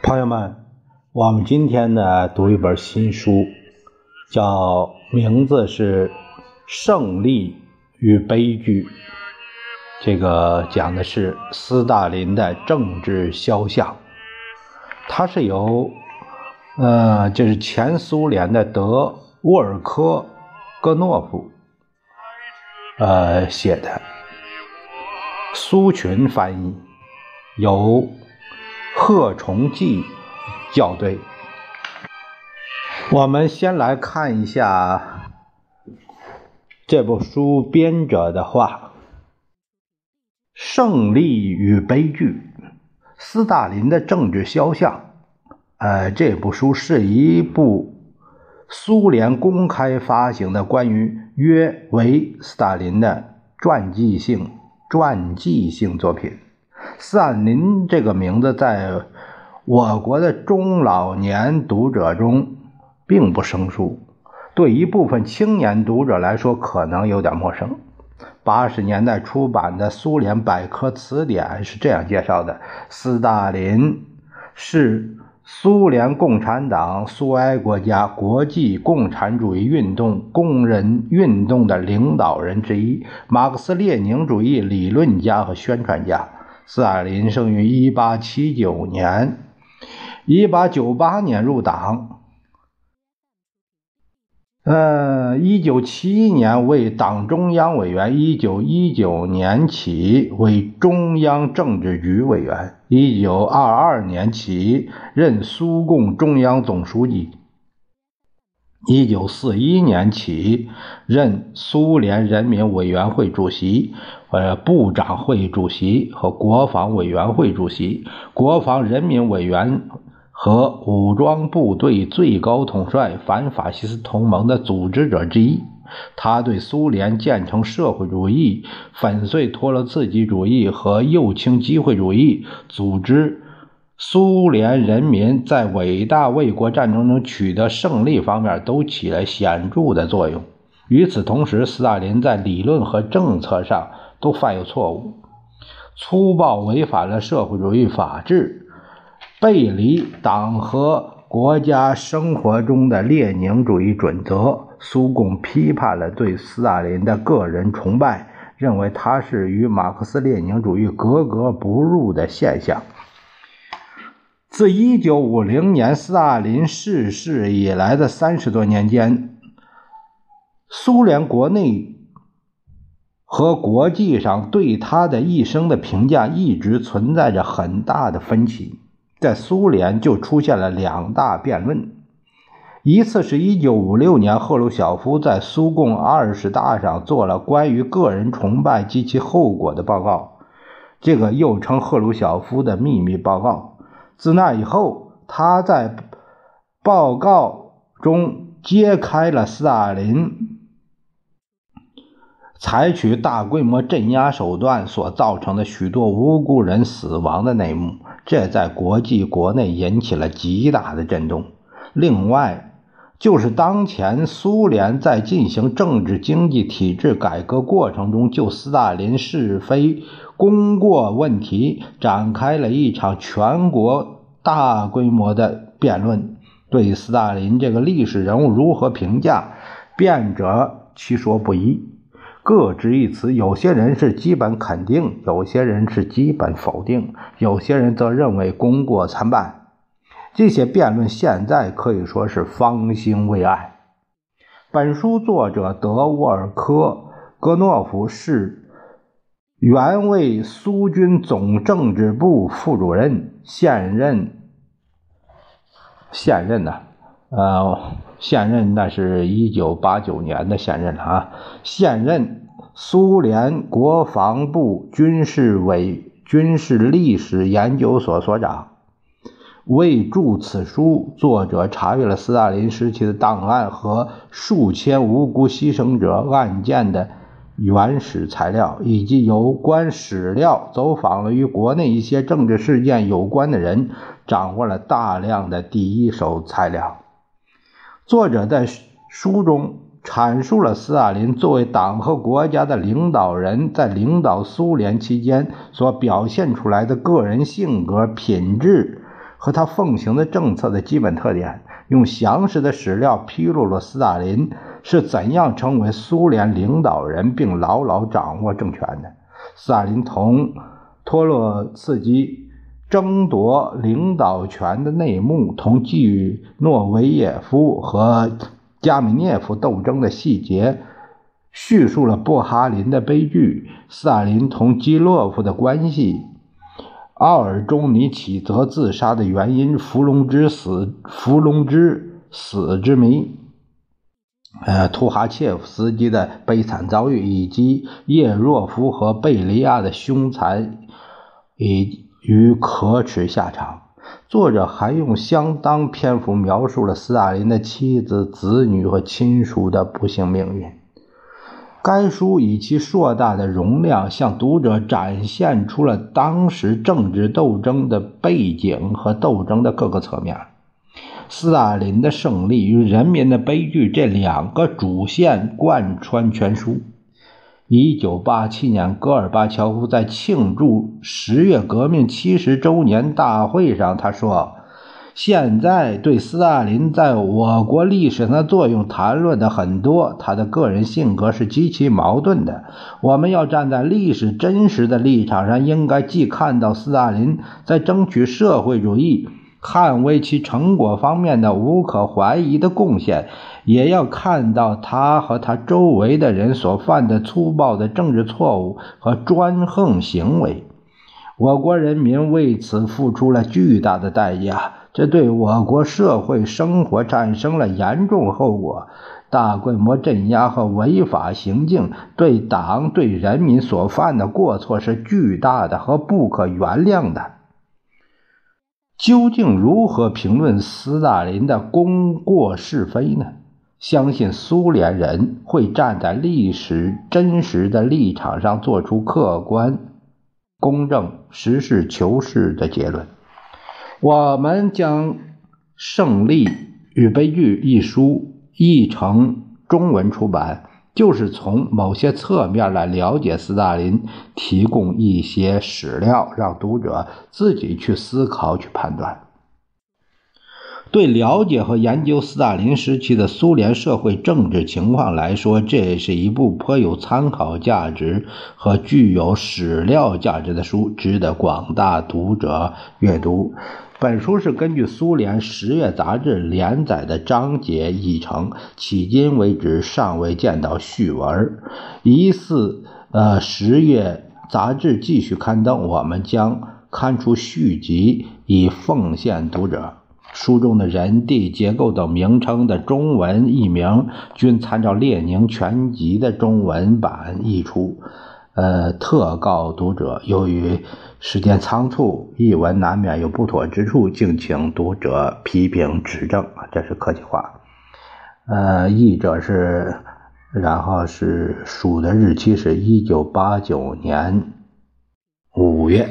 朋友们，我们今天呢读一本新书，名字是《胜利与悲剧》。这个讲的是斯大林的政治肖像，它是由就是前苏联的沃尔科戈诺夫写的，苏群翻译，由贺崇济校对。我们先来看一下这部书编者的话：胜利与悲剧，斯大林的政治肖像。这部书是一部苏联公开发行的关于约维·斯大林的传记性作品。斯大林这个名字在我国的中老年读者中并不生疏，对一部分青年读者来说可能有点陌生。80年代出版的苏联百科词典是这样介绍的：斯大林是苏联共产党苏维埃国家国际共产主义运动工人运动的领导人之一，马克思列宁主义理论家和宣传家。斯大林生于1879年，1898年入党，1971年为党中央委员，1919年起为中央政治局委员，1922年起任苏共中央总书记，1941年起任苏联人民委员会主席、部长会主席和国防委员会主席、国防人民委员和武装部队最高统帅、反法西斯同盟的组织者之一。他对苏联建成社会主义、粉碎托洛茨基主义和右倾机会主义，组织苏联人民在伟大卫国战争中取得胜利方面都起了显著的作用。与此同时，斯大林在理论和政策上都犯有错误，粗暴违反了社会主义法治，背离党和国家生活中的列宁主义准则。苏共批判了对斯大林的个人崇拜，认为他是与马克思列宁主义格格不入的现象。自1950年斯大林逝世以来的30多年间，苏联国内和国际上对他的一生的评价一直存在着很大的分歧。在苏联就出现了两大辩论，一次是1956年赫鲁晓夫在苏共20大上做了关于个人崇拜及其后果的报告，这个又称赫鲁晓夫的秘密报告。自那以后，他在报告中揭开了斯大林采取大规模镇压手段所造成的许多无辜人死亡的内幕，这在国际国内引起了极大的震动。另外，就是当前苏联在进行政治经济体制改革过程中，就斯大林是非功过问题展开了一场全国大规模的辩论。对斯大林这个历史人物如何评价，辩者其说不一，各执一词，有些人是基本肯定，有些人是基本否定，有些人则认为功过参半。这些辩论现在可以说是方兴未艾。本书作者沃尔科戈诺夫是原为苏军总政治部副主任，现任那是1989年的现任啊，现任苏联国防部军事历史研究所所长。为著此书，作者查阅了斯大林时期的档案和数千无辜牺牲者案件的原始材料，以及有关史料，走访了与国内一些政治事件有关的人，掌握了大量的第一手材料。作者在书中阐述了斯大林作为党和国家的领导人，在领导苏联期间所表现出来的个人性格、品质和他奉行的政策的基本特点，用详实的史料披露了斯大林是怎样成为苏联领导人并牢牢掌握政权的。斯大林同托洛茨基争夺领导权的内幕，同季诺维耶夫和加米涅夫斗争的细节，叙述了布哈林的悲剧，斯大林同基洛夫的关系，奥尔中尼起则自杀的原因，伏龙之死之谜，图哈切夫斯基的悲惨遭遇，以及叶若夫和贝利亚的凶残与可耻下场。作者还用相当篇幅描述了斯大林的妻子、子女和亲属的不幸命运。该书以其硕大的容量，向读者展现出了当时政治斗争的背景和斗争的各个侧面。斯大林的胜利与人民的悲剧这两个主线贯穿全书。1987年，戈尔巴乔夫在庆祝10月革命70周年大会上，他说：“现在对斯大林在我国历史上的作用谈论的很多，他的个人性格是极其矛盾的。我们要站在历史真实的立场上，应该既看到斯大林在争取社会主义、捍卫其成果方面的无可怀疑的贡献，也要看到他和他周围的人所犯的粗暴的政治错误和专横行为。我国人民为此付出了巨大的代价，这对我国社会生活产生了严重后果。大规模镇压和违法行径对党对人民所犯的过错是巨大的和不可原谅的。”究竟如何评论斯大林的功过是非呢？相信苏联人会站在历史真实的立场上做出客观、公正、实事求是的结论。我们将《胜利与悲剧》一书译成中文出版，就是从某些侧面来了解斯大林，提供一些史料，让读者自己去思考、去判断。对了解和研究斯大林时期的苏联社会政治情况来说，这是一部颇有参考价值和具有史料价值的书，值得广大读者阅读。本书是根据苏联10月杂志连载的章节译成，迄今为止尚未见到序文。疑似10月杂志继续刊登，我们将刊出续集以奉献读者。书中的人、地、结构等名称的中文译名均参照列宁全集的中文版译出。特告读者，由于时间仓促，译文难免有不妥之处，敬请读者批评指正，这是客气话。译者是，然后是书的日期是1989年5月。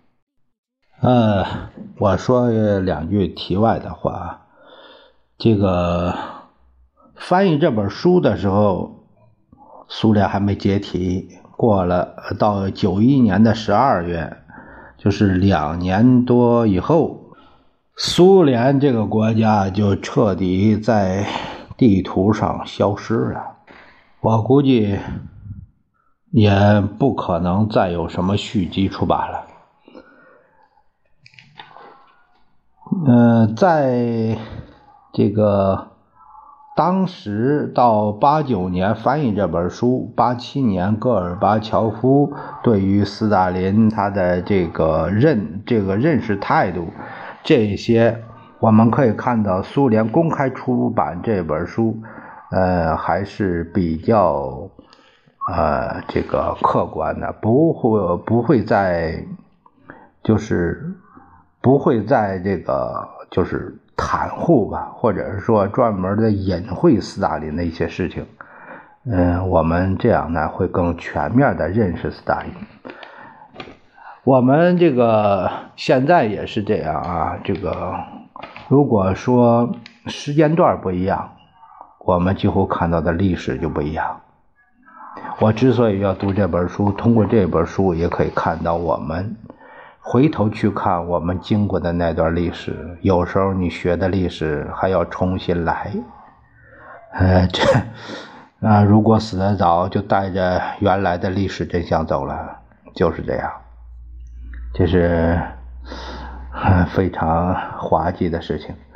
我说两句题外的话，这个翻译这本书的时候，苏联还没解体，过了到91年的12月，就是2年多以后，苏联这个国家就彻底在地图上消失了。我估计也不可能再有什么续集出版了。在这个当时到89年翻译这本书，87年戈尔巴乔夫对于斯大林他的这个认识态度，这些我们可以看到苏联公开出版这本书还是比较这个客观的，不会在这个就是袒护吧，或者是说专门的隐晦斯大林的一些事情。我们这样呢会更全面的认识斯大林。我们这个现在也是这样啊，这个如果说时间段不一样，我们几乎看到的历史就不一样。我之所以要读这本书，通过这本书也可以看到我们回头去看我们经过的那段历史，有时候你学的历史还要重新来。如果死得早，就带着原来的历史真相走了，就是这样。这是非常滑稽的事情。